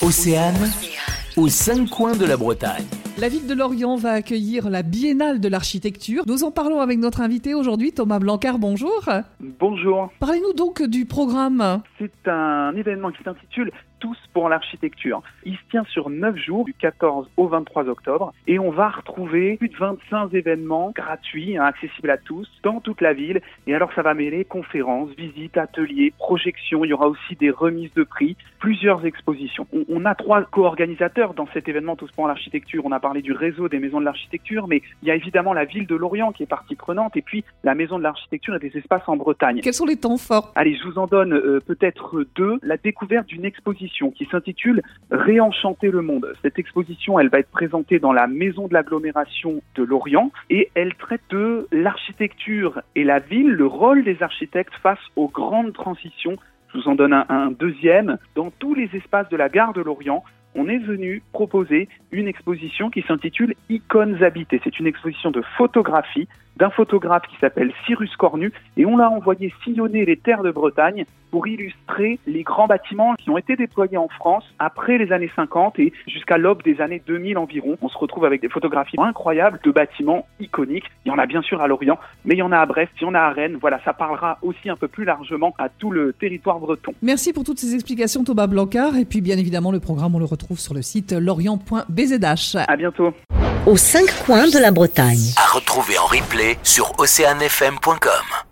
Océane, aux 5 coins de la Bretagne. La ville de Lorient va accueillir la Biennale de l'architecture. Nous en parlons avec notre invité aujourd'hui, Thomas Blancard. Bonjour. Bonjour. Parlez-nous donc du programme. C'est un événement qui s'intitule Tous pour l'architecture. Il se tient sur 9 jours, du 14 au 23 octobre, et on va retrouver plus de 25 événements gratuits, accessibles à tous, dans toute la ville. Et alors ça va mêler conférences, visites, ateliers, projections. Il y aura aussi des remises de prix, plusieurs expositions. On a 3 co-organisateurs dans cet événement Tous pour l'architecture. On a parlé du réseau des maisons de l'architecture, mais il y a évidemment la ville de Lorient qui est partie prenante, et puis la maison de l'architecture et des espaces en Bretagne. Quels sont les temps forts ? Allez, je vous en donne peut-être 2. La découverte d'une exposition qui s'intitule Réenchanter le monde. Cette exposition, elle va être présentée dans la maison de l'agglomération de Lorient et elle traite de l'architecture et la ville, le rôle des architectes face aux grandes transitions. Je vous en donne un deuxième. Dans tous les espaces de la gare de Lorient, on est venu proposer une exposition qui s'intitule Icônes habitées. C'est une exposition de photographie d'un photographe qui s'appelle Cyrus Cornu et on l'a envoyé sillonner les terres de Bretagne pour illustrer les grands bâtiments qui ont été déployés en France après les années 50 et jusqu'à l'aube des années 2000 environ. On se retrouve avec des photographies incroyables de bâtiments iconiques. Il y en a bien sûr à Lorient, mais il y en a à Brest, il y en a à Rennes. Voilà, ça parlera aussi un peu plus largement à tout le territoire breton. Merci pour toutes ces explications, Thomas Blancard. Et puis bien évidemment, le programme, on le retrouve sur le site lorient.bzh. À bientôt. Aux 5 coins de la Bretagne. À retrouver en replay sur oceanfm.com.